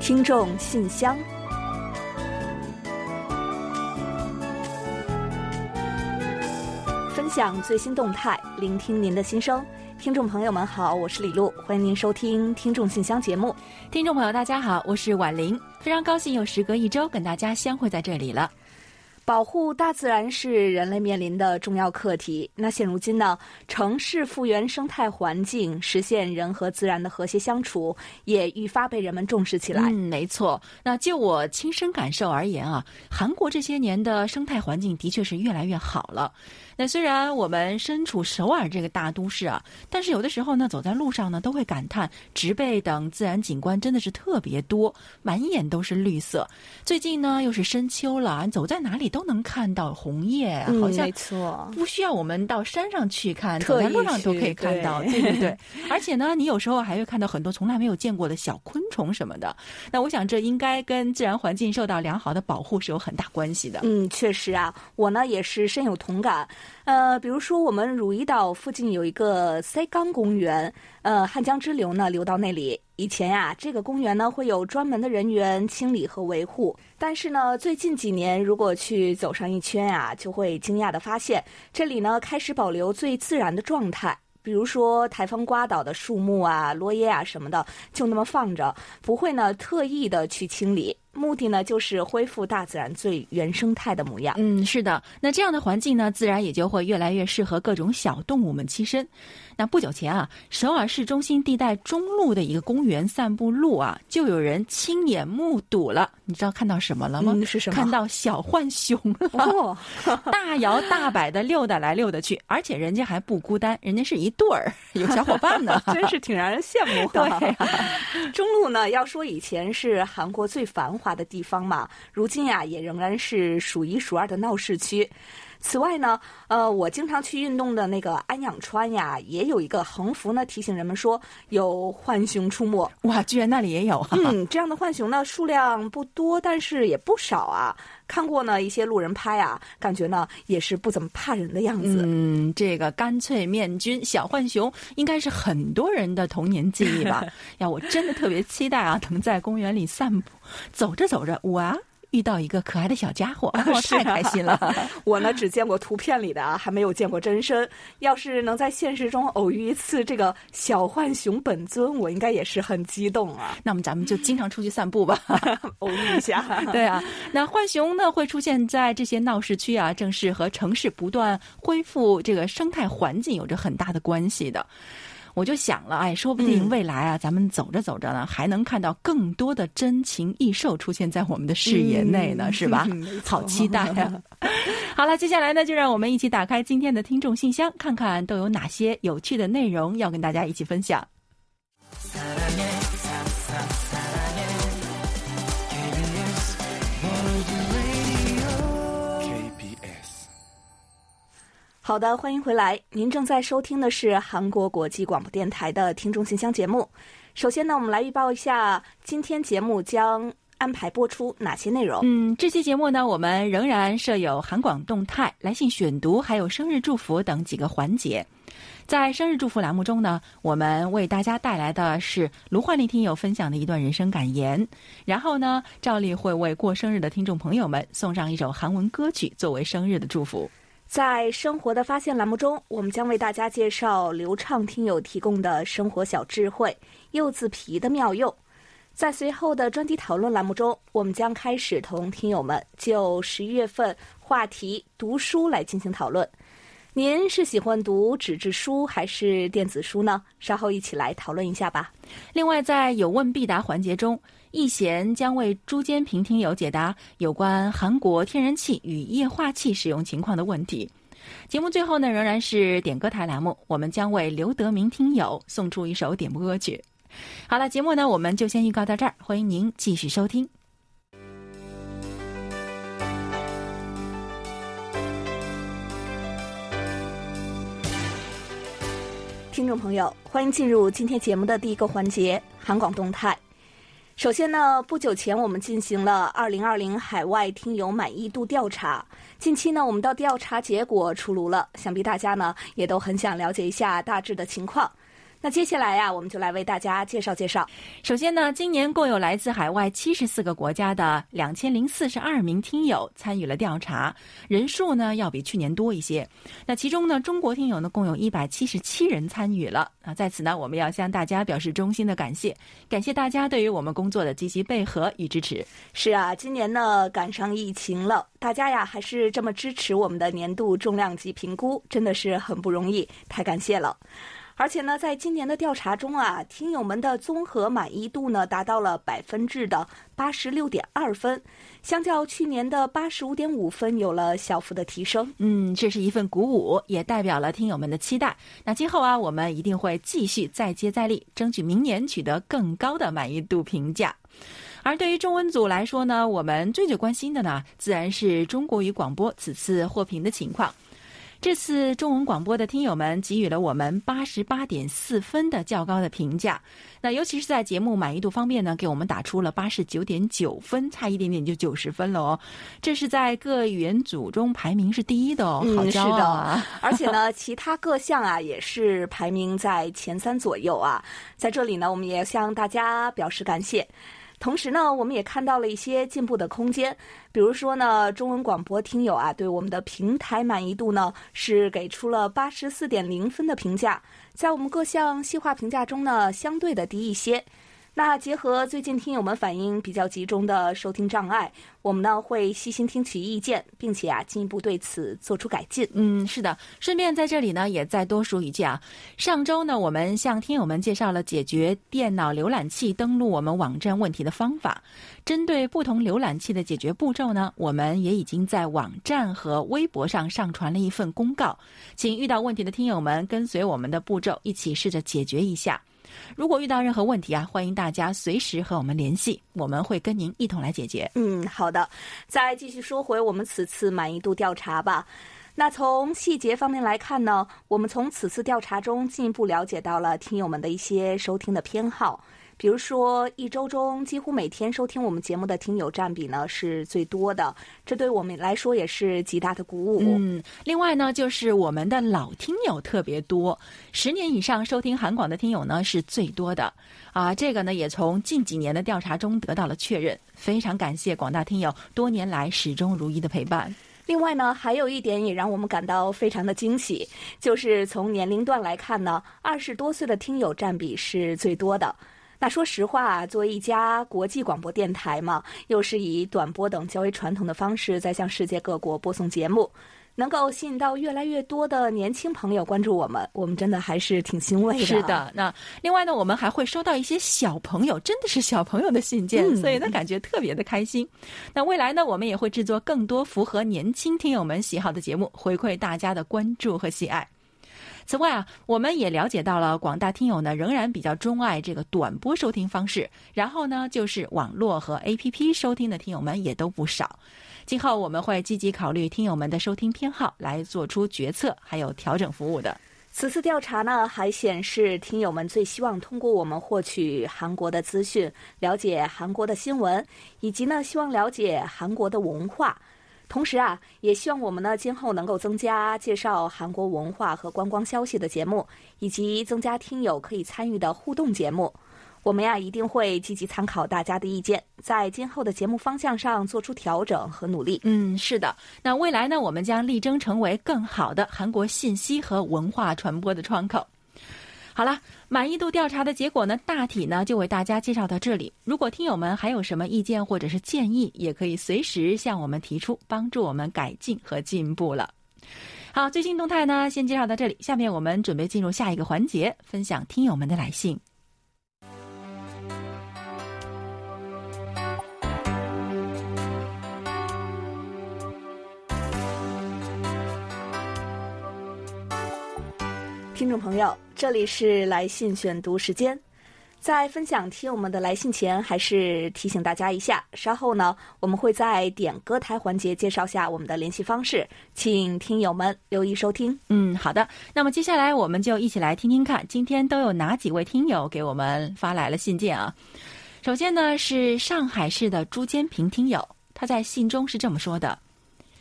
听众信箱，分享最新动态，聆听您的心声。听众朋友们好，我是李璐，欢迎您收听听众信箱节目。 听众朋友大家好，我是婉玲，非常高兴又时隔一周跟大家相会在这里了。 保护大自然是人类面临的重要课题。那现如今呢，城市复原生态环境，实现人和自然的和谐相处，也愈发被人们重视起来。 没错。那就我亲身感受而言啊，韩国这些年的生态环境的确是越来越好了。那虽然我们身处首尔这个大都市啊，但是有的时候呢，走在路上呢，都会感叹植被等自然景观真的是特别多，满眼都是绿色。最近呢，又是深秋了，走在哪里都能看到红叶，好像没错， 不需要我们到山上去看，走在路上都可以看到，对。而且呢，你有时候还会看到很多从来没有见过的小昆虫什么的。那我想这应该跟自然环境受到良好的保护是有很大关系的。 确实啊，我呢也是深有同感。比如说我们汝矣岛附近有一个塞冈公园，汉江支流呢流到那里。以前呀，这个公园呢会有专门的人员清理和维护，但是呢，最近几年如果去走上一圈啊，就会惊讶地发现，这里呢开始保留最自然的状态。比如说台风刮倒的树木啊、落叶啊什么的，就那么放着，不会呢特意的去清理。目的呢，就是恢复大自然最原生态的模样。 是的。那这样的环境呢，自然也就会越来越适合各种小动物们栖身。那不久前啊，首尔市中心地带中路的一个公园散步路啊，就有人亲眼目睹了。你知道看到什么了吗？ 是什么？ 看到小浣熊了。大摇大摆的溜达来溜达去，而且人家还不孤单，人家是一对儿，有小伙伴呢。 真是挺让人羡慕。 对。 中路呢，要说以前是韩国最繁华的地方嘛，如今呀也仍然是数一数二的闹市区。此外呢，我经常去运动的那个安养川呀，也有一个横幅呢，提醒人们说有浣熊出没。 哇，居然那里也有啊！ 这样的浣熊呢，数量不多，但是也不少啊。看过呢一些路人拍啊，感觉呢也是不怎么怕人的样子。 这个干脆面君小浣熊应该是很多人的童年记忆吧？呀，我真的特别期待啊，能在公园里散步，走着走着，哇！遇到一个可爱的小家伙，我太开心了。 我呢只见过图片里的，还没有见过真身。要是能在现实中偶遇一次这个小浣熊本尊，我应该也是很激动啊。 那么咱们就经常出去散步吧， 偶遇一下。 对啊，那浣熊呢会出现在这些闹市区啊，正是和城市不断恢复这个生态环境有着很大的关系的。我就想了，说不定未来啊，咱们走着走着呢，还能看到更多的珍禽异兽出现在我们的视野内呢，是吧？好期待啊！好了，接下来呢，就让我们一起打开今天的听众信箱，看看都有哪些有趣的内容要跟大家一起分享。 好的，欢迎回来。您正在收听的是韩国国际广播电台的听众信箱节目。首先呢，我们来预报一下今天节目将安排播出哪些内容。 这期节目呢，我们仍然设有韩广动态、来信选读，还有生日祝福等几个环节。在生日祝福栏目中呢，我们为大家带来的是卢焕丽听友分享的一段人生感言，然后呢，照例会为过生日的听众朋友们送上一首韩文歌曲作为生日的祝福。 在生活的发现栏目中，我们将为大家介绍流畅听友提供的生活小智慧，柚子皮的妙用。在随后的专题讨论栏目中，我们将开始同听友们就11月份话题读书来进行讨论。您是喜欢读纸质书还是电子书呢？稍后一起来讨论一下吧。 另外，在有问必答环节中，易贤将为朱坚平听友解答有关韩国天然气与液化气使用情况的问题。节目最后呢，仍然是点歌台栏目，我们将为刘德明听友送出一首点播歌曲。好了，节目呢我们就先预告到这儿，欢迎您继续收听。 听众朋友，欢迎进入今天节目的第一个环节韩广动态。首先呢，不久前我们进行了2020海外听友满意度调查，近期呢我们的调查结果出炉了，想必大家呢也都很想了解一下大致的情况。 那接下来我们就来为大家介绍介绍。 首先呢，今年共有来自海外74个国家的2042名听友参与了调查，人数呢要比去年多一些。那其中呢，中国听友呢共有177人参与了。在此呢，我们要向大家表示衷心的感谢，感谢大家对于我们工作的积极配合与支持。 是啊，今年呢赶上疫情了，大家还是这么支持我们的年度重量级评估，真的是很不容易，太感谢了。而且呢，在今年的调查中听友们的综合满意度呢达到了86.2%分，相较去年的85.5分有了小幅的提升。 这是一份鼓舞，也代表了听友们的期待。那今后我们一定会继续再接再厉，争取明年取得更高的满意度评价。而对于中文组来说呢，我们最关心的呢，自然是中国语广播此次获评的情况。这次中文广播的听友们给予了我们88.4分的较高的评价，那尤其是在节目满意度方面呢，给我们打出了89.9分，差一点点就90分了哦。这是在各语言组中排名是第一的哦，好骄傲啊！ 是的，而且呢，其他各项也是排名在前3左右在这里呢，我们也向大家表示感谢。同时呢，我们也看到了一些进步的空间，比如说呢，中文广播听友对我们的平台满意度呢是给出了84.0分的评价，在我们各项细化评价中呢相对的低一些。那结合最近听友们反映比较集中的收听障碍，我们呢会细心听取意见，并且进一步对此做出改进。 是的，顺便在这里呢也再多说一句上周呢我们向听友们介绍了解决电脑浏览器登录我们网站问题的方法，针对不同浏览器的解决步骤呢，我们也已经在网站和微博上上传了一份公告，请遇到问题的听友们跟随我们的步骤一起试着解决一下。如果遇到任何问题欢迎大家随时和我们联系，我们会跟您一同来解决。 好的，再继续说回我们此次满意度调查吧。那从细节方面来看呢，我们从此次调查中进一步了解到了听友们的一些收听的偏好。比如说，一周中几乎每天收听我们节目的听友占比呢是最多的，这对我们来说也是极大的鼓舞。 另外呢，就是我们的老听友特别多，10年以上收听韩广的听友呢是最多的这个呢也从近几年的调查中得到了确认，非常感谢广大听友多年来始终如一的陪伴。 另外呢，还有一点也让我们感到非常的惊喜，就是从年龄段来看呢，20多岁的听友占比是最多的。那说实话作为一家国际广播电台嘛，又是以短波等较为传统的方式在向世界各国播送节目，能够吸引到越来越多的年轻朋友关注我们真的还是挺欣慰的。 是的，那另外呢，我们还会收到一些小朋友，真的是小朋友的信件，所以呢感觉特别的开心。那未来呢，我们也会制作更多符合年轻听友们喜好的节目，回馈大家的关注和喜爱。此外我们也了解到了广大听友呢仍然比较钟爱这个短波收听方式，然后呢就是网络和 APP 收听的听友们也都不少。今后我们会积极考虑听友们的收听偏好，来做出决策还有调整服务的。 此次调查呢还显示，听友们最希望通过我们获取韩国的资讯，了解韩国的新闻，以及呢希望了解韩国的文化。同时也希望我们呢今后能够增加介绍韩国文化和观光消息的节目，以及增加听友可以参与的互动节目。我们一定会积极参考大家的意见，在今后的节目方向上做出调整和努力。 是的，那未来呢，我们将力争成为更好的韩国信息和文化传播的窗口。好了，满意度调查的结果呢，大体呢就为大家介绍到这里。如果听友们还有什么意见或者是建议，也可以随时向我们提出，帮助我们改进和进步了。好，最新动态呢先介绍到这里，下面我们准备进入下一个环节，分享听友们的来信。 听众朋友，这里是来信选读时间。在分享听友们的来信前，还是提醒大家一下，稍后呢我们会在点歌台环节介绍下我们的联系方式，请听友们留意收听。 好的，那么接下来我们就一起来听听看今天都有哪几位听友给我们发来了信件首先呢是上海市的朱坚平听友，他在信中是这么说的：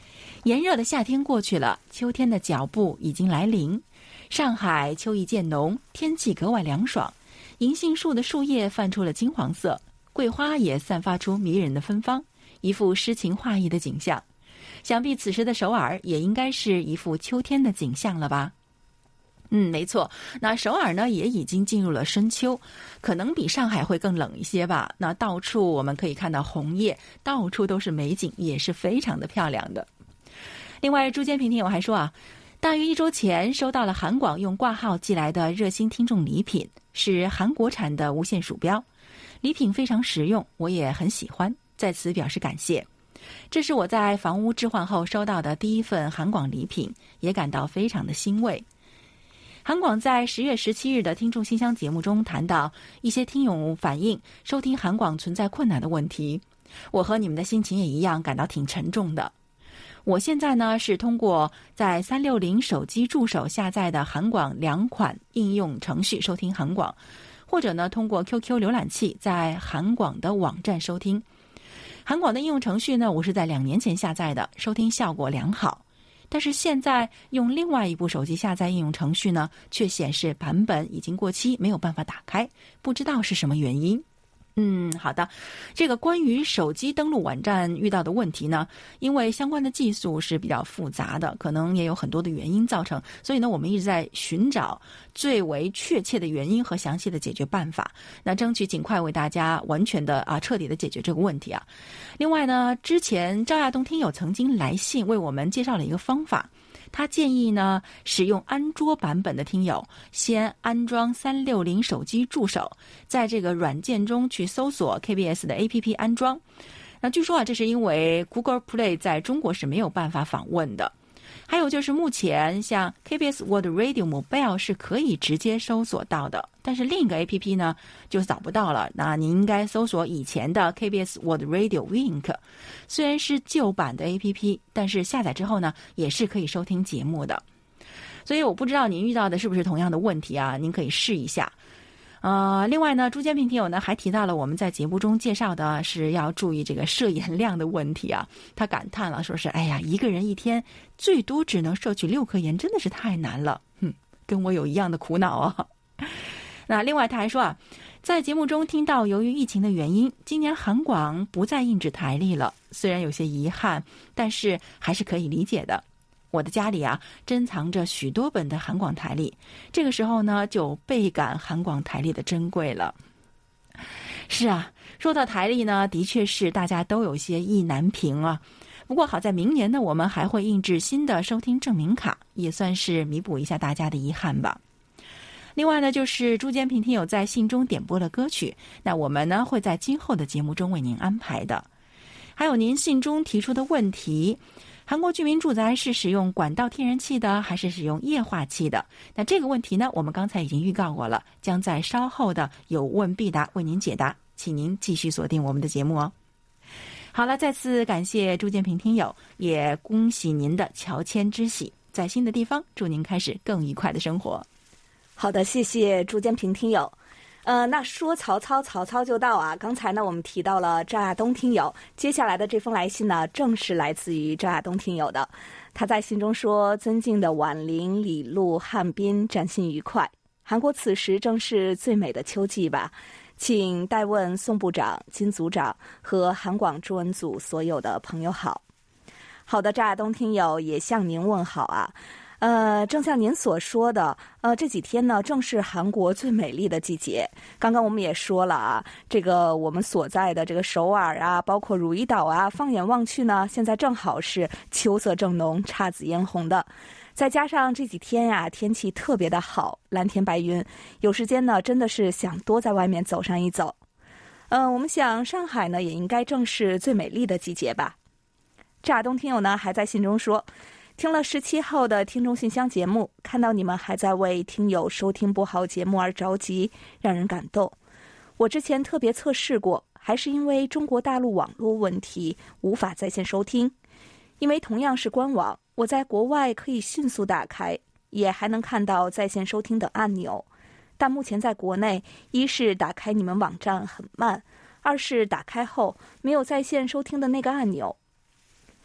炎热的夏天过去了，秋天的脚步已经来临。上海秋意渐浓，天气格外凉爽，银杏树的树叶泛出了金黄色，桂花也散发出迷人的芬芳，一幅诗情画意的景象。想必此时的首尔也应该是一幅秋天的景象了吧？没错，那首尔呢也已经进入了深秋，可能比上海会更冷一些吧。那到处我们可以看到红叶，到处都是美景，也是非常的漂亮的。另外，朱坚平听友还说大约1周前收到了韩广用挂号寄来的热心听众礼品，是韩国产的无线鼠标，礼品非常实用，我也很喜欢，在此表示感谢。这是我在房屋置换后收到的第一份韩广礼品，也感到非常的欣慰。韩广在10月17日的听众信箱节目中谈到一些听友反映收听韩广存在困难的问题，我和你们的心情也一样，感到挺沉重的。我现在呢是通过在360手机助手下载的韩广2款应用程序收听韩广，或者呢通过 QQ 浏览器在韩广的网站收听。韩广的应用程序呢我是在2年前下载的，收听效果良好。但是现在用另外一部手机下载应用程序呢，却显示版本已经过期，没有办法打开，不知道是什么原因。好的，这个关于手机登录网站遇到的问题呢，因为相关的技术是比较复杂的，可能也有很多的原因造成，所以呢，我们一直在寻找最为确切的原因和详细的解决办法，那争取尽快为大家完全的彻底的解决这个问题啊。另外呢，之前赵亚东听友曾经来信为我们介绍了一个方法。他建议呢，使用安卓版本的听友先安装360手机助手，在这个软件中去搜索 KBS 的 APP 安装。那据说这是因为 Google Play 在中国是没有办法访问的。还有就是目前像 KBS World Radio Mobile 是可以直接搜索到的，但是另一个 APP 呢就找不到了。那你应该搜索以前的 KBS World Radio Wink， 虽然是旧版的 APP， 但是下载之后呢也是可以收听节目的。所以我不知道您遇到的是不是同样的问题啊？您可以试一下。另外呢，朱坚平听友呢还提到了我们在节目中介绍的是要注意这个摄盐量的问题啊。他感叹了，说是一个人一天最多只能摄取6克盐，真的是太难了。跟我有一样的苦恼啊。那另外他还说在节目中听到由于疫情的原因，今年韩广不再印制台历了，虽然有些遗憾，但是还是可以理解的。我的家里珍藏着许多本的韩广台历，这个时候呢就倍感韩广台历的珍贵了。是说到台历呢，的确是大家都有些意难平啊。不过好在明年呢，我们还会印制新的收听证明卡，也算是弥补一下大家的遗憾吧。另外呢，就是朱坚平听友在信中点播了歌曲，那我们呢会在今后的节目中为您安排的。还有您信中提出的问题，韩国居民住宅是使用管道天然气的还是使用液化气的？那这个问题呢，我们刚才已经预告过了，将在稍后的有问必答为您解答，请您继续锁定我们的节目哦。好了，再次感谢朱建平听友，也恭喜您的乔迁之喜，在新的地方祝您开始更愉快的生活。 好的，谢谢朱建平听友。那说曹操，曹操就到啊！刚才呢，我们提到了赵亚东听友，接下来的这封来信呢，正是来自于赵亚东听友的。他在信中说：“尊敬的婉玲、李璐、汉斌，展信愉快。韩国此时正是最美的秋季吧？请代问宋部长、金组长和韩广中文组所有的朋友好。”好的，赵亚东听友也向您问好啊。正像您所说的，这几天呢，正是韩国最美丽的季节。刚刚我们也说了啊，这个我们所在的这个首尔啊，包括汝矣岛啊，放眼望去呢，现在正好是秋色正浓，姹紫嫣红的。再加上这几天呀，天气特别的好，蓝天白云，有时间呢，真的是想多在外面走上一走。我们想上海呢，也应该正是最美丽的季节吧。赵亚东听友呢，还在信中说，听了17号的听众信箱节目，看到你们还在为听友收听不好节目而着急，让人感动。我之前特别测试过，还是因为中国大陆网络问题无法在线收听。因为同样是官网，我在国外可以迅速打开，也还能看到在线收听的按钮。但目前在国内，一是打开你们网站很慢，二是打开后没有在线收听的那个按钮。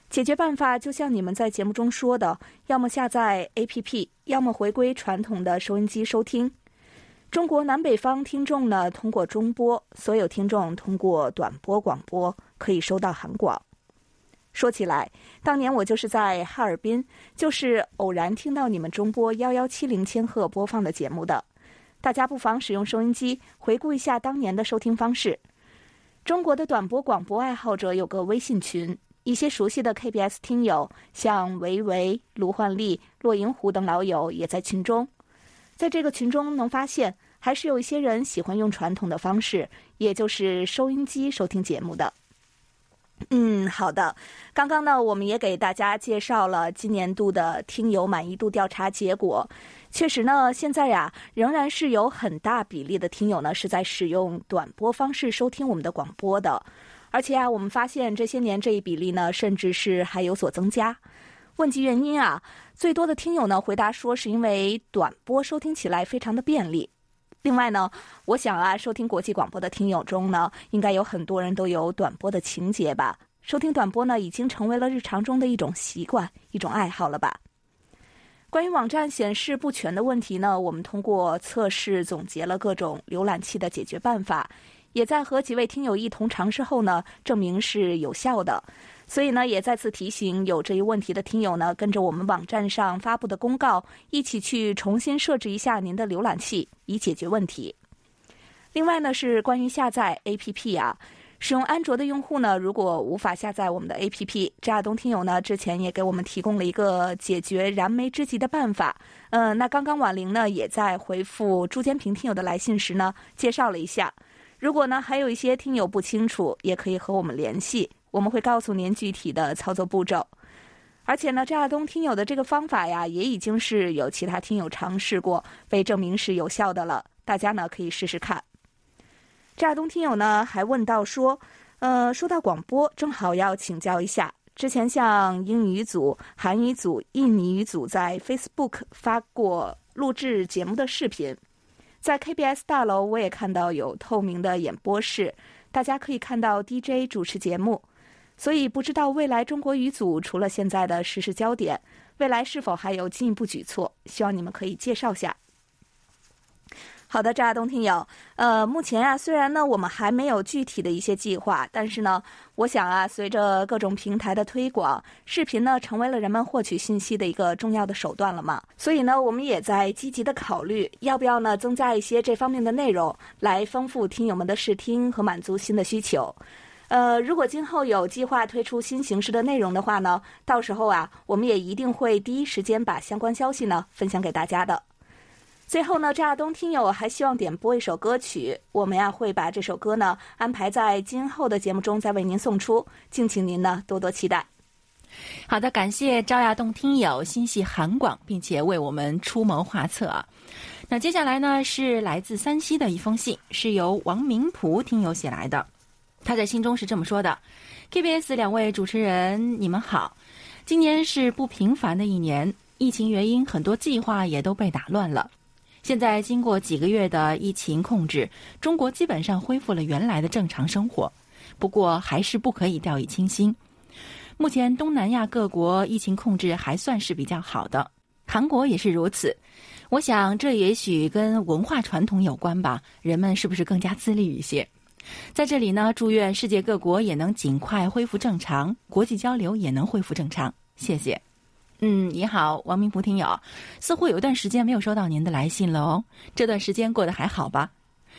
解决办法就像你们在节目中说的，要么下载 APP， 要么回归传统的收音机收听。中国南北方听众呢，通过中波，所有听众通过短波广播可以收到韩广。说起来，当年我就是在哈尔滨，就是偶然听到你们中波1170千赫播放的节目的。大家不妨使用收音机回顾一下当年的收听方式。中国的短波广播爱好者有个微信群，一些熟悉的 KBS 听友，像维维、卢焕丽、骆银湖等老友也在群中。在这个群中能发现，还是有一些人喜欢用传统的方式，也就是收音机收听节目的。好的。刚刚呢，我们也给大家介绍了今年度的听友满意度调查结果。确实呢，现在呀，仍然是有很大比例的听友呢是在使用短波方式收听我们的广播的。而且啊，我们发现这些年这一比例呢，甚至是还有所增加。问及原因啊，最多的听友呢回答说是因为短波收听起来非常的便利。另外呢，我想啊，收听国际广播的听友中呢，应该有很多人都有短波的情节吧。收听短波呢，已经成为了日常中的一种习惯，一种爱好了吧。关于网站显示不全的问题呢，我们通过测试总结了各种浏览器的解决办法，也在和几位听友一同尝试后呢，证明是有效的。所以呢，也再次提醒有这一问题的听友呢，跟着我们网站上发布的公告，一起去重新设置一下您的浏览器，以解决问题。另外呢，是关于下载 APP 啊，使用安卓的用户呢，如果无法下载我们的 APP， 张亚东听友呢之前也给我们提供了一个解决燃眉之急的办法。那刚刚婉玲呢也在回复朱坚平听友的来信时呢，介绍了一下。如果呢还有一些听友不清楚，也可以和我们联系，我们会告诉您具体的操作步骤。而且呢，张亚东听友的这个方法呀，也已经是有其他听友尝试过，被证明是有效的了，大家呢可以试试看。张亚东听友呢还问到说，说到广播，正好要请教一下，之前像英语组、韩语组、印尼语组在 Facebook 发过录制节目的视频，在 KBS 大楼我也看到有透明的演播室，大家可以看到 DJ 主持节目。所以不知道未来中国语组除了现在的实时焦点，未来是否还有进一步举措，希望你们可以介绍下。好的，张亚东听友，目前啊，虽然呢我们还没有具体的一些计划，但是呢，我想啊，随着各种平台的推广，视频呢成为了人们获取信息的一个重要的手段了嘛。所以呢，我们也在积极的考虑，要不要呢增加一些这方面的内容，来丰富听友们的视听和满足新的需求。如果今后有计划推出新形式的内容的话呢，到时候啊，我们也一定会第一时间把相关消息呢分享给大家的。最后呢，张亚东听友还希望点播一首歌曲，我们呀会把这首歌呢安排在今后的节目中再为您送出，敬请您呢多多期待。 好的，感谢张亚东听友心系韩广，并且为我们出谋划策啊。那接下来呢是来自山西的一封信，是由王明璞听友写来的。他在信中是这么说的： KBS 两位主持人，你们好。今年是不平凡的一年，疫情原因很多计划也都被打乱了。现在经过几个月的疫情控制，中国基本上恢复了原来的正常生活，不过还是不可以掉以轻心。目前东南亚各国疫情控制还算是比较好的，韩国也是如此。我想这也许跟文化传统有关吧，人们是不是更加自律一些。在这里呢，祝愿世界各国也能尽快恢复正常，国际交流也能恢复正常，谢谢。你好，王明璞听友，似乎有段时间没有收到您的来信了哦，这段时间过得还好吧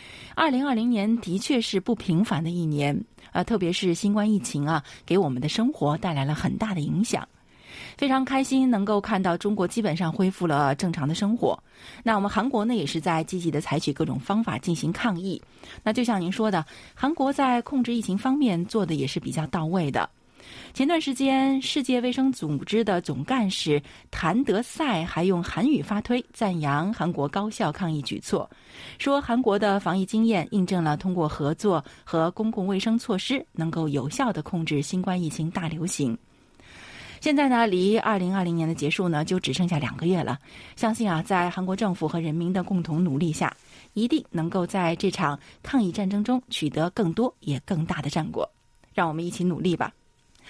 ？2020年的确是不平凡的一年，特别是新冠疫情啊，给我们的生活带来了很大的影响。非常开心能够看到中国基本上恢复了正常的生活。那我们韩国呢，也是在积极的采取各种方法进行抗疫。那就像您说的，韩国在控制疫情方面做的也是比较到位的。前段时间，世界卫生组织的总干事谭德赛还用韩语发推赞扬韩国高效抗疫举措，说韩国的防疫经验印证了通过合作和公共卫生措施能够有效地控制新冠疫情大流行。现在呢，离2020年的结束呢，就只剩下2个月了。相信啊，在韩国政府和人民的共同努力下，一定能够在这场抗疫战争中取得更多也更大的战果。让我们一起努力吧。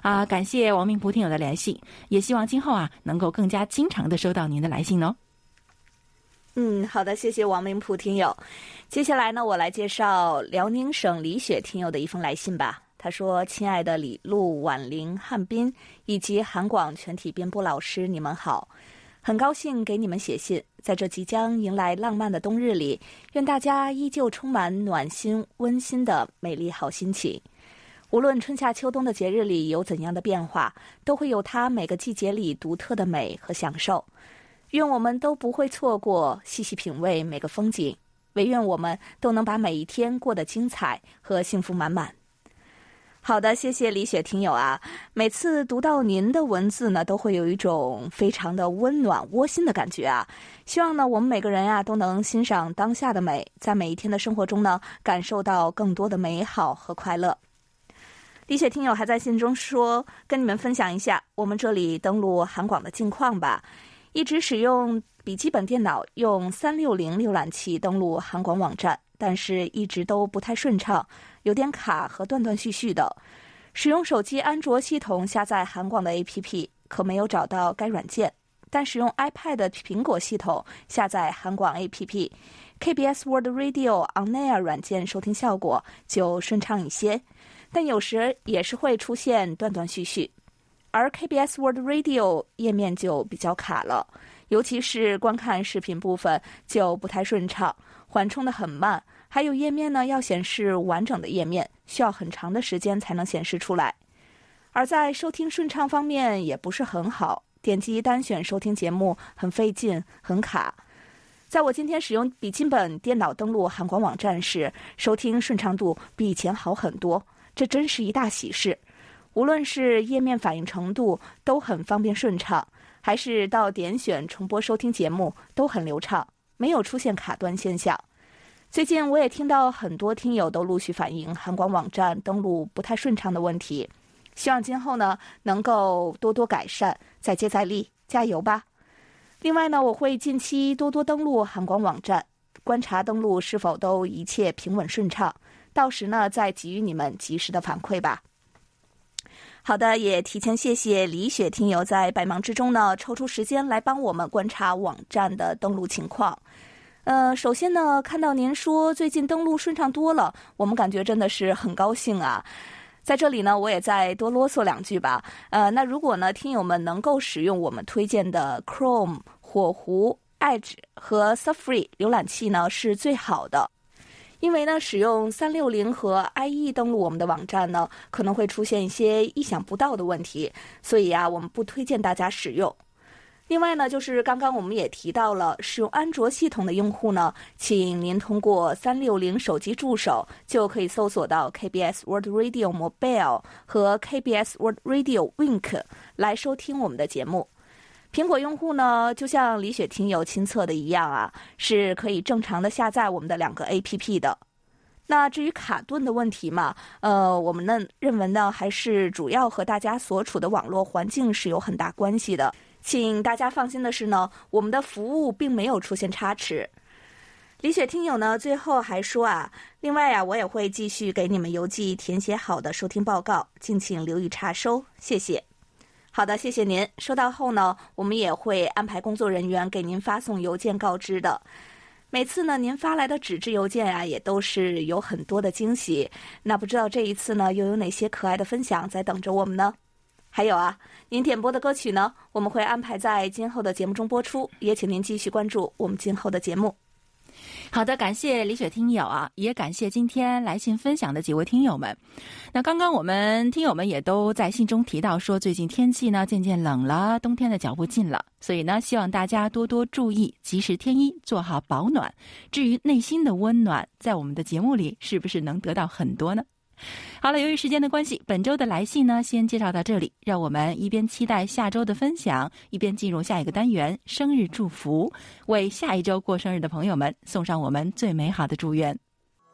感谢王明璞听友的来信，也希望今后能够更加经常的收到您的来信哦。 好的，谢谢王明璞听友。接下来呢，我来介绍辽宁省李雪听友的一封来信吧。他说：亲爱的李璐、婉玲、汉斌以及韩广全体编播老师，你们好，很高兴给你们写信。在这即将迎来浪漫的冬日里，愿大家依旧充满暖心温馨的美丽好心情。无论春夏秋冬的节日里有怎样的变化，都会有它每个季节里独特的美和享受。愿我们都不会错过细细品味每个风景，唯愿我们都能把每一天过得精彩和幸福满满。好的，谢谢李雪听友啊，每次读到您的文字呢，都会有一种非常的温暖窝心的感觉啊。希望呢，我们每个人都能欣赏当下的美，在每一天的生活中呢，感受到更多的美好和快乐。李雪听友还在信中说，跟你们分享一下我们这里登录韩广的近况吧。一直使用笔记本电脑用360浏览器登录韩广网站，但是一直都不太顺畅，有点卡和断断续续的。使用手机安卓系统下载韩广的 APP， 可没有找到该软件，但使用 iPad 苹果系统下载韩广 APP， KBS World Radio On Air 软件收听效果就顺畅一些，但有时也是会出现断断续续。而 KBS World Radio 页面就比较卡了，尤其是观看视频部分就不太顺畅，缓冲的很慢，还有页面呢要显示完整的页面，需要很长的时间才能显示出来。而在收听顺畅方面也不是很好，点击单选收听节目很费劲，很卡。在我今天使用笔记本电脑登录韩广网站时，收听顺畅度比以前好很多，这真是一大喜事。无论是页面反应程度都很方便顺畅，还是到点选重播收听节目都很流畅，没有出现卡顿现象。最近我也听到很多听友都陆续反映韩广网站登录不太顺畅的问题，希望今后呢能够多多改善，再接再厉，加油吧。另外呢，我会近期多多登录韩广网站，观察登录是否都一切平稳顺畅，到时呢再给予你们及时的反馈吧。好的，也提前谢谢李雪听友在百忙之中呢抽出时间来帮我们观察网站的登录情况。首先呢，看到您说最近登录顺畅多了，我们感觉真的是很高兴啊。在这里呢，我也再多啰嗦两句吧。那如果呢，听友们能够使用我们推荐的 Chrome、火狐、Edge 和 Safari 浏览器呢，是最好的。因为呢，使用360和 IE 登录我们的网站呢，可能会出现一些意想不到的问题，所以我们不推荐大家使用。另外呢，就是刚刚我们也提到了，使用安卓系统的用户呢，请您通过360手机助手就可以搜索到 KBS World Radio Mobile 和 KBS World Radio Wink 来收听我们的节目。苹果用户呢，就像李雪听友亲测的一样是可以正常的下载我们的2个 APP 的。那至于卡顿的问题嘛，我们呢认为呢，还是主要和大家所处的网络环境是有很大关系的。请大家放心的是呢，我们的服务并没有出现差池。李雪听友呢，最后还说另外我也会继续给你们邮寄填写好的收听报告，敬请留意查收，谢谢。好的，谢谢您。收到后呢，我们也会安排工作人员给您发送邮件告知的。每次呢，您发来的纸质邮件也都是有很多的惊喜。那不知道这一次呢，又有哪些可爱的分享在等着我们呢？还有您点播的歌曲呢，我们会安排在今后的节目中播出，也请您继续关注我们今后的节目。 好的，感谢李雪听友也感谢今天来信分享的几位听友们。那刚刚我们听友们也都在信中提到说，最近天气呢渐渐冷了，冬天的脚步近了，所以呢希望大家多多注意，及时添衣，做好保暖。至于内心的温暖，在我们的节目里是不是能得到很多呢？好了，由于时间的关系，本周的来信呢先介绍到这里，让我们一边期待下周的分享，一边进入下一个单元生日祝福，为下一周过生日的朋友们送上我们最美好的祝愿。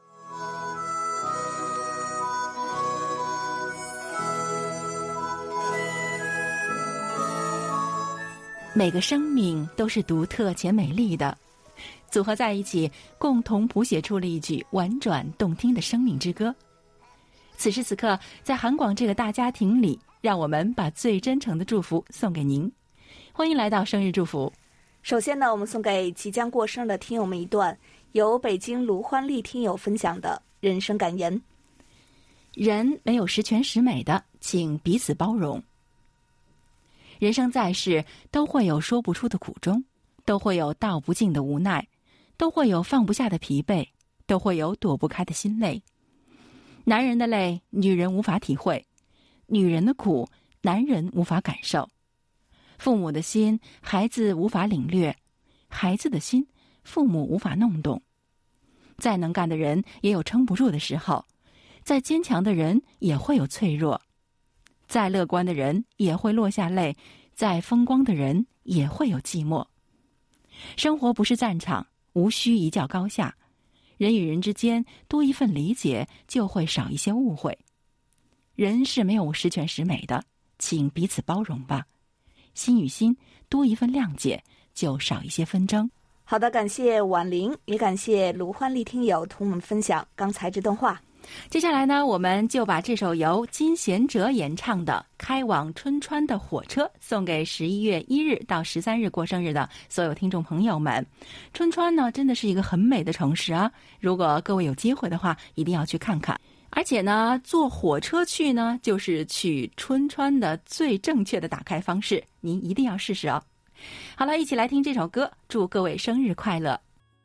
每个生命都是独特且美丽的，组合在一起，共同谱写出了一曲婉转动听的生命之歌。此时此刻，在韩广这个大家庭里， 让我们把最真诚的祝福送给您。欢迎来到生日祝福。 首先呢，我们送给即将过生日的听友们一段由北京卢欢丽听友分享的人生感言。 人没有十全十美的，请彼此包容。人生在世，都会有说不出的苦衷，都会有道不尽的无奈，都会有放不下的疲惫，都会有躲不开的心累。男人的累，女人无法体会；女人的苦，男人无法感受。父母的心，孩子无法领略；孩子的心，父母无法弄懂。再能干的人也有撑不住的时候，再坚强的人也会有脆弱，再乐观的人也会落下泪，再风光的人也会有寂寞。生活不是战场，无需一较高下。人与人之间多一份理解，就会少一些误会。人是没有十全十美的，请彼此包容吧。心与心多一份谅解，就少一些纷争。 好的，感谢婉玲，也感谢卢欢丽听友同我们分享刚才这段话。 接下来呢，我们就把这首由金贤哲演唱的《开往春川的火车》送给11月1日到13日过生日的所有听众朋友们。春川呢，真的是一个很美的城市啊，如果各位有机会的话，一定要去看看。而且呢，坐火车去呢，就是去春川的最正确的打开方式，您一定要试试哦。好了，一起来听这首歌，祝各位生日快乐。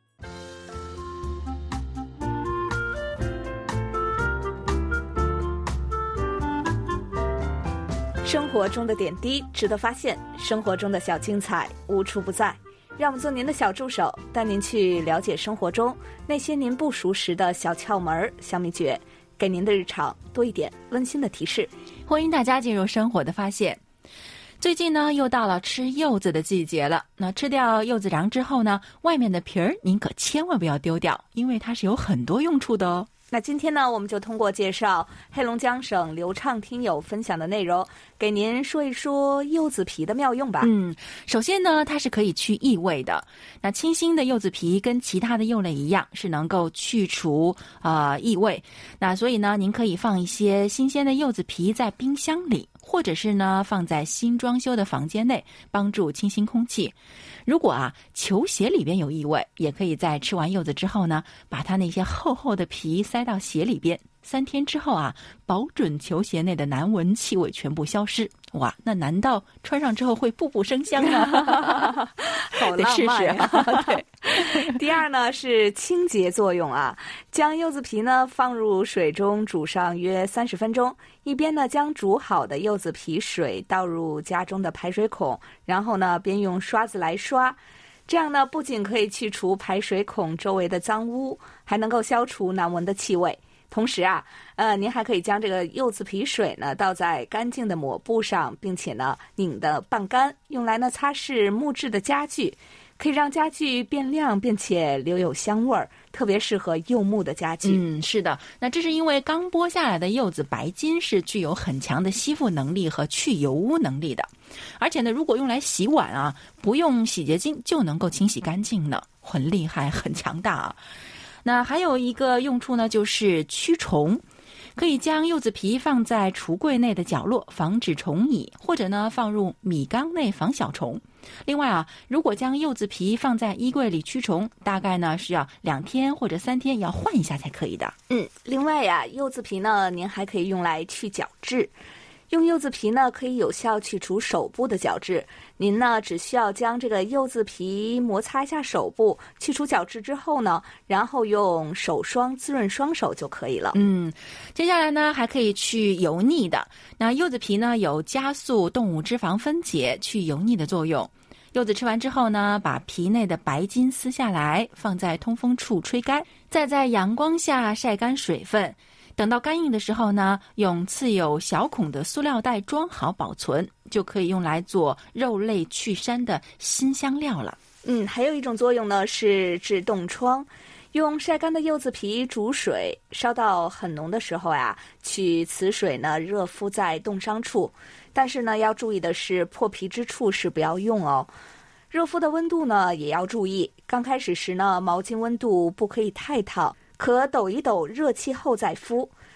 生活中的点滴值得发现，生活中的小精彩无处不在。让我们做您的小助手，带您去了解生活中那些您不熟识的小窍门、小秘诀，给您的日常多一点温馨的提示。 欢迎大家进入生活的发现。最近呢，又到了吃柚子的季节了。那吃掉柚子瓤之后呢，外面的皮儿您可千万不要丢掉，因为它是有很多用处的哦。 那今天呢，我们就通过介绍黑龙江省流畅听友分享的内容，给您说一说柚子皮的妙用吧。 首先呢，它是可以去异味的。那清新的柚子皮跟其他的柚类一样，是能够去除异味。那所以呢，您可以放一些新鲜的柚子皮在冰箱里，或者是呢放在新装修的房间内，帮助清新空气。如果球鞋里边有异味，也可以在吃完柚子之后呢，把它那些厚厚的皮塞到鞋里边，3天之后保准球鞋内的难闻气味全部消失。哇，那难道穿上之后会步步生香吗？ 好浪漫呀！ 对。 第二呢是清洁作用将柚子皮呢放入水中煮上约30分钟，一边呢将煮好的柚子皮水倒入家中的排水孔，然后呢边用刷子来刷。这样呢不仅可以去除排水孔周围的脏污，还能够消除难闻的气味。同时您还可以将这个柚子皮水呢倒在干净的抹布上，并且呢拧得半干，用来呢擦拭木质的家具，可以让家具变亮并且留有香味儿，特别适合柚木的家具。 是的，那这是因为刚剥下来的柚子白金是具有很强的吸附能力和去油污能力的，而且呢，如果用来洗碗不用洗洁精就能够清洗干净呢，很厉害，很强大那还有一个用处呢，就是驱虫。可以将柚子皮放在橱柜内的角落，防止虫蚁，或者呢放入米缸内防小虫。另外如果将柚子皮放在衣柜里驱虫，大概呢需要2天或者3天要换一下才可以的。 另外柚子皮呢，您还可以用来去角质。用柚子皮呢，可以有效去除手部的角质。您呢，只需要将这个柚子皮摩擦一下手部，去除角质之后呢，然后用手霜滋润双手就可以了。 接下来呢，还可以去油腻的。那柚子皮呢，有加速动物脂肪分解、去油腻的作用。柚子吃完之后呢，把皮内的白筋撕下来，放在通风处吹干，再在阳光下晒干水分。等到干硬的时候呢，用刺有小孔的塑料袋装好保存，就可以用来做肉类去膻的新香料了。 还有一种作用呢是治冻疮。用晒干的柚子皮煮水，烧到很浓的时候取此水呢热敷在冻伤处。但是呢要注意的是，破皮之处是不要用哦。热敷的温度呢也要注意，刚开始时呢毛巾温度不可以太烫，可抖一抖热气后再敷。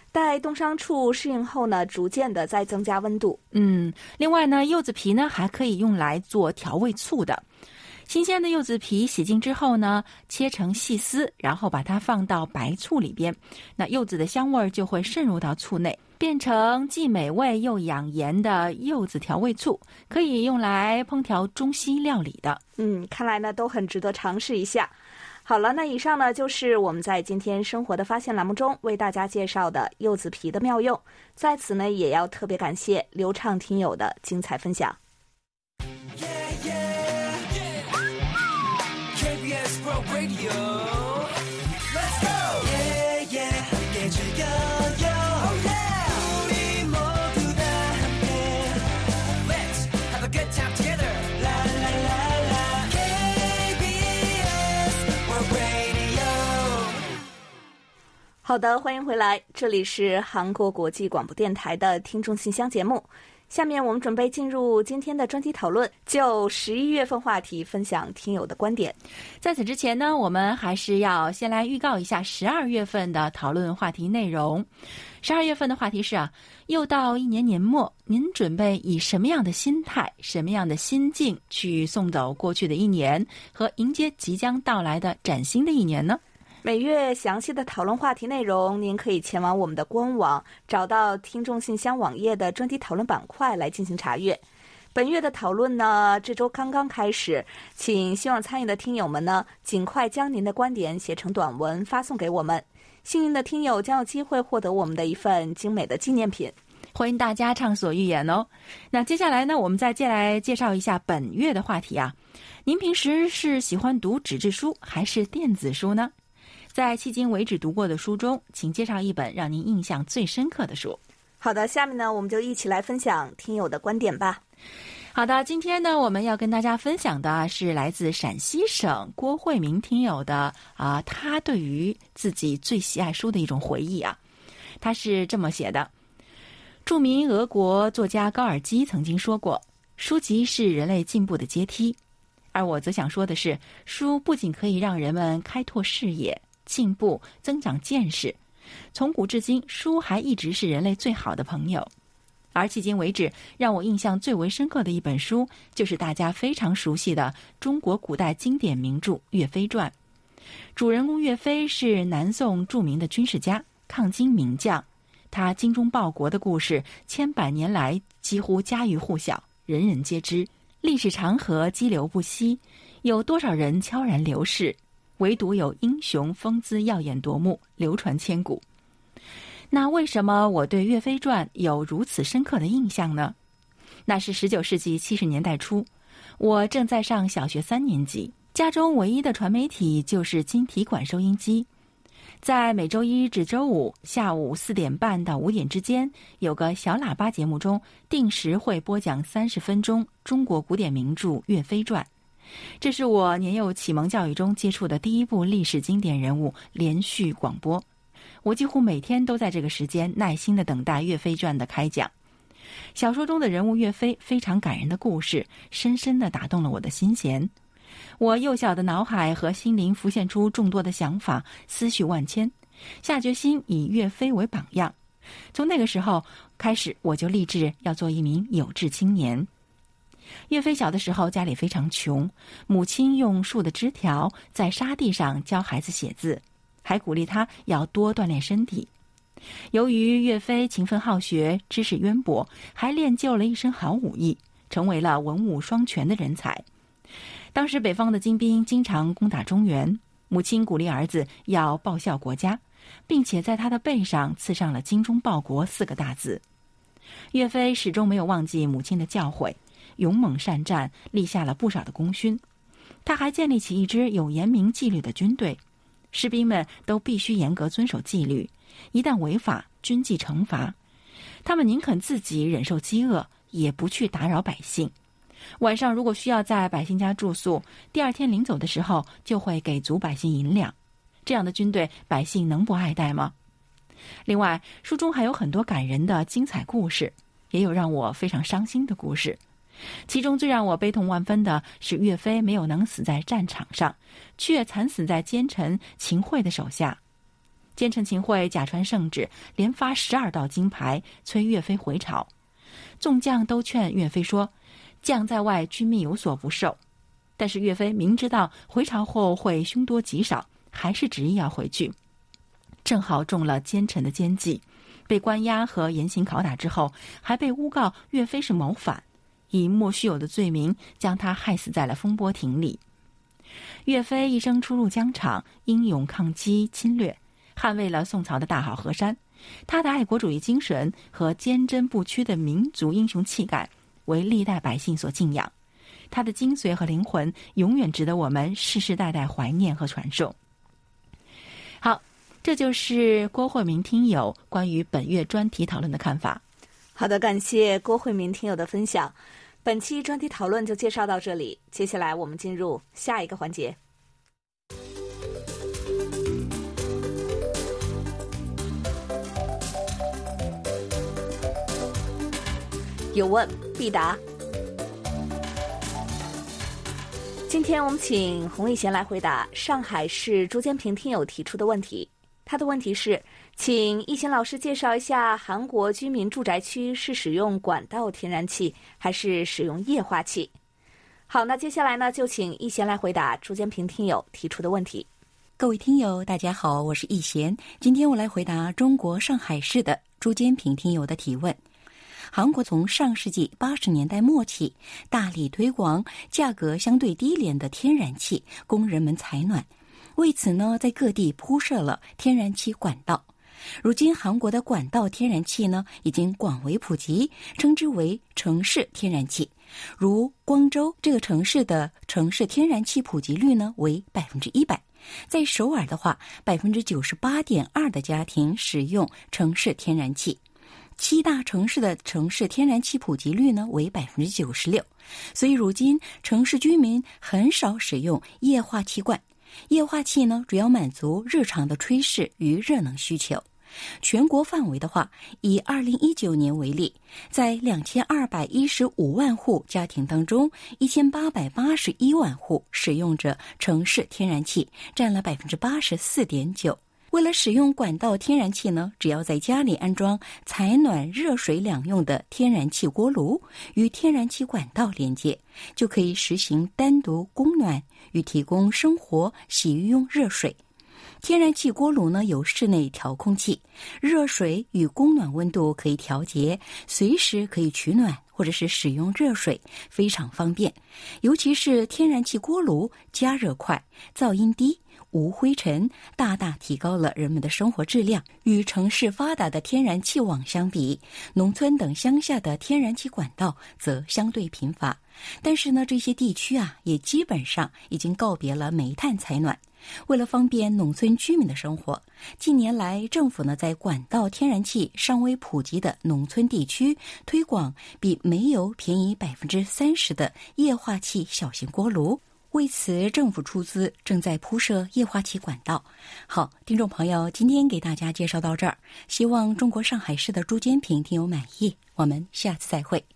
待冻伤处适应后呢，逐渐的再增加温度。 另外呢，柚子皮呢还可以用来做调味醋的。新鲜的柚子皮洗净之后呢，切成细丝，然后把它放到白醋里边，那柚子的香味就会渗入到醋内，变成既美味又养颜的柚子调味醋，可以用来烹调中西料理的。 看来呢都很值得尝试一下。好了，那以上呢就是我们在今天生活的发现栏目中为大家介绍的柚子皮的妙用，在此呢也要特别感谢刘畅听友的精彩分享。好的，欢迎回来，这里是韩国国际广播电台的听众信箱节目。下面我们准备进入今天的专题讨论，就11月份话题分享听友的观点。 在此之前呢，我们还是要先来预告一下12月份的讨论话题内容。12月份的话题是又到一年年末，您准备以什么样的心态、什么样的心境去送走过去的一年，和迎接即将到来的崭新的一年呢？ 每月详细的讨论话题内容，您可以前往我们的官网，找到听众信箱网页的专题讨论板块来进行查阅。本月的讨论呢，这周刚刚开始，请希望参与的听友们呢，尽快将您的观点写成短文发送给我们。幸运的听友将有机会获得我们的一份精美的纪念品。 欢迎大家畅所欲言哦。那接下来呢，我们再来介绍一下本月的话题您平时是喜欢读纸质书还是电子书呢？在迄今为止读过的书中，请介绍一本让您印象最深刻的书。 好的，下面呢，我们就一起来分享听友的观点吧。 好的，今天呢，我们要跟大家分享的是来自陕西省郭慧明听友的他对于自己最喜爱书的一种回忆他是这么写的：著名俄国作家高尔基曾经说过，书籍是人类进步的阶梯。而我则想说的是，书不仅可以让人们开拓视野、进步、增长见识，从古至今，书还一直是人类最好的朋友。而迄今为止，让我印象最为深刻的一本书，就是大家非常熟悉的中国古代经典名著《岳飞传》。主人公岳飞是南宋著名的军事家、抗金名将，他精忠报国的故事，千百年来几乎家喻户晓，人人皆知。历史长河激流不息，有多少人悄然流逝，唯独有英雄风姿耀眼夺目，流传千古。那为什么我对《岳飞传》有如此深刻的印象呢？那是19世纪70年代初，我正在上小学3年级，家中唯一的传媒体就是晶体管收音机。在每周一至周五下午4点半到5点之间，有个小喇叭节目中，定时会播讲30分钟中国古典名著《岳飞传》。这是我年幼启蒙教育中接触的第一部历史经典人物连续广播。我几乎每天都在这个时间耐心地等待《岳飞传》的开讲。小说中的人物岳飞非常感人的故事，深深地打动了我的心弦。我幼小的脑海和心灵浮现出众多的想法，思绪万千，下决心以岳飞为榜样。从那个时候开始，我就立志要做一名有志青年。岳飞小的时候家里非常穷，母亲用树的枝条在沙地上教孩子写字，还鼓励他要多锻炼身体。由于岳飞勤奋好学，知识渊博，还练就了一身好武艺，成为了文武双全的人才。当时北方的金兵经常攻打中原，母亲鼓励儿子要报效国家，并且在他的背上刺上了精忠报国4个大字。岳飞始终没有忘记母亲的教诲，勇猛善战，立下了不少的功勋。他还建立起一支有严明纪律的军队，士兵们都必须严格遵守纪律，一旦违法，军纪惩罚。他们宁肯自己忍受饥饿，也不去打扰百姓。晚上如果需要在百姓家住宿，第2天临走的时候就会给足百姓银两。这样的军队，百姓能不爱戴吗？另外，书中还有很多感人的精彩故事，也有让我非常伤心的故事。其中最让我悲痛万分的是岳飞没有能死在战场上，却惨死在奸臣秦桧的手下。 奸臣秦桧假传圣旨，连发12道金牌，催岳飞回朝。众将都劝岳飞说，将在外，军命有所不受。但是岳飞明知道回朝后会凶多吉少，还是执意要回去。正好中了奸臣的奸计，被关押和严刑拷打之后，还被诬告岳飞是谋反，以莫须有的罪名将他害死在了风波亭里。岳飞一生出入疆场，英勇抗击侵略，捍卫了宋朝的大好河山。他的爱国主义精神和坚贞不屈的民族英雄气概为历代百姓所敬仰，他的精髓和灵魂永远值得我们世世代代怀念和传授。好，这就是郭慧明听友关于本月专题讨论的看法。 好的，感谢郭慧明听友的分享。本期专题讨论就介绍到这里，接下来我们进入下一个环节。有问必答。今天我们请洪义贤来回答上海市朱坚平听友提出的问题。他的问题是，请义贤老师介绍一下韩国居民住宅区是使用管道天然气还是使用液化气？好，那接下来呢，就请义贤来回答朱坚平听友提出的问题。 各位听友大家好，我是义贤，今天我来回答中国上海市的朱坚平听友的提问。韩国从上世纪80年代末起，大力推广价格相对低廉的天然气，供人们采暖。为此呢，在各地铺设了天然气管道。如今，韩国的管道天然气呢，已经广为普及，称之为城市天然气。如光州这个城市的城市天然气普及率呢为100%，在首尔的话，98.2%的家庭使用城市天然气。7大城市的城市天然气普及率呢为96%，所以如今城市居民很少使用液化气罐。液化气呢主要满足日常的炊事与热能需求。全国范围的话，以2019年为例，在2215万户家庭当中，1881万户使用着城市天然气，占了84.9%。为了使用管道天然气呢，只要在家里安装采暖、热水两用的天然气锅炉，与天然气管道连接，就可以实行单独供暖与提供生活洗浴用热水。天然气锅炉呢有室内调控器，热水与供暖温度可以调节，随时可以取暖或者是使用热水，非常方便。尤其是天然气锅炉加热快，噪音低，无灰尘，大大提高了人们的生活质量。与城市发达的天然气网相比，农村等乡下的天然气管道则相对贫乏。但是呢，这些地区也基本上已经告别了煤炭采暖。为了方便农村居民的生活，近年来政府呢在管道天然气尚未普及的农村地区推广比煤油便宜30%的液化气小型锅炉。为此，政府出资正在铺设液化气管道。好，听众朋友，今天给大家介绍到这儿，希望中国上海市的朱坚平听友满意。我们下次再会。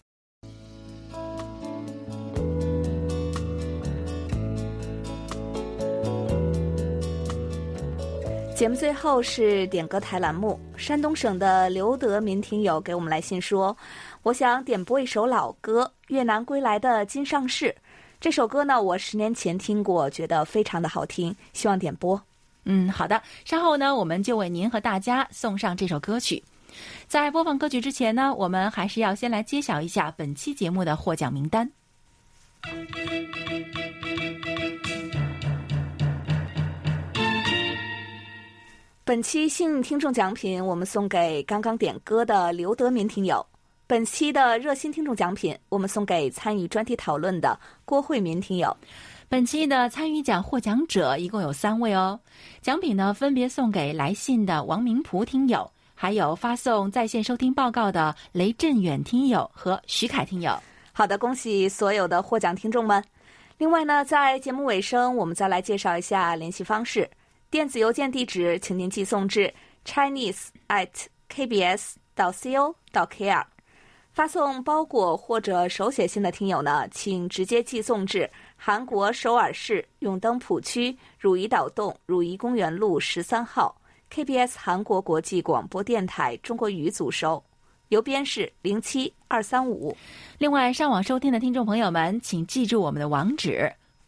节目最后是点歌台栏目，山东省的刘德民听友给我们来信说，我想点播一首老歌《越南归来的金上士》。这首歌呢，我10年前听过，觉得非常的好听，希望点播。 好的，稍后呢，我们就为您和大家送上这首歌曲。在播放歌曲之前呢，我们还是要先来揭晓一下本期节目的获奖名单。 本期幸运听众奖品我们送给刚刚点歌的刘德民听友。本期的热心听众奖品我们送给参与专题讨论的郭慧民听友。 本期的参与奖获奖者一共有3位哦，奖品呢分别送给来信的王明璞听友，还有发送在线收听报告的雷振远听友和徐凯听友。 好的，恭喜所有的获奖听众们。另外呢，在节目尾声我们再来介绍一下联系方式。电子邮件地址请您寄送至 chinese@kbs.co.kr。 发送包裹或者手写信的听友呢，请直接寄送至韩国首尔市永登浦区汝矣岛洞汝矣公园路13号 KBS 韩国国际广播电台中国语组收，邮编是07235。 另外，上网收听的听众朋友们，请记住我们的网址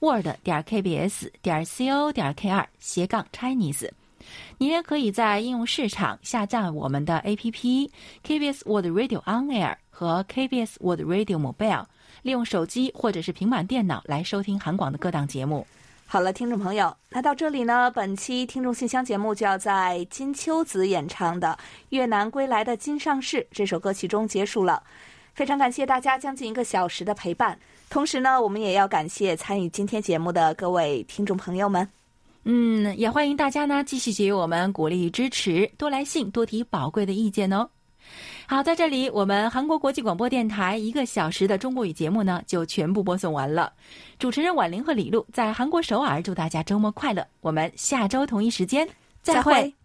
word.kbs.co.kr/Chinese。你也可以在应用市场下载我们的 APP KBS World Radio On Air 和 KBS World Radio Mobile， 利用手机或者是平板电脑来收听韩广的各档节目。 好了，听众朋友，那到这里呢，本期听众信箱节目就要在金秋子演唱的《越南归来的金上士》这首歌曲中结束了。非常感谢大家将近1个小时的陪伴，同时呢，我们也要感谢参与今天节目的各位听众朋友们。 也欢迎大家呢继续给予我们鼓励与支持，多来信，多提宝贵的意见哦。好，在这里我们韩国国际广播电台1个小时的中国语节目呢就全部播送完了。主持人婉玲和李璐在韩国首尔，祝大家周末快乐，我们下周同一时间再会。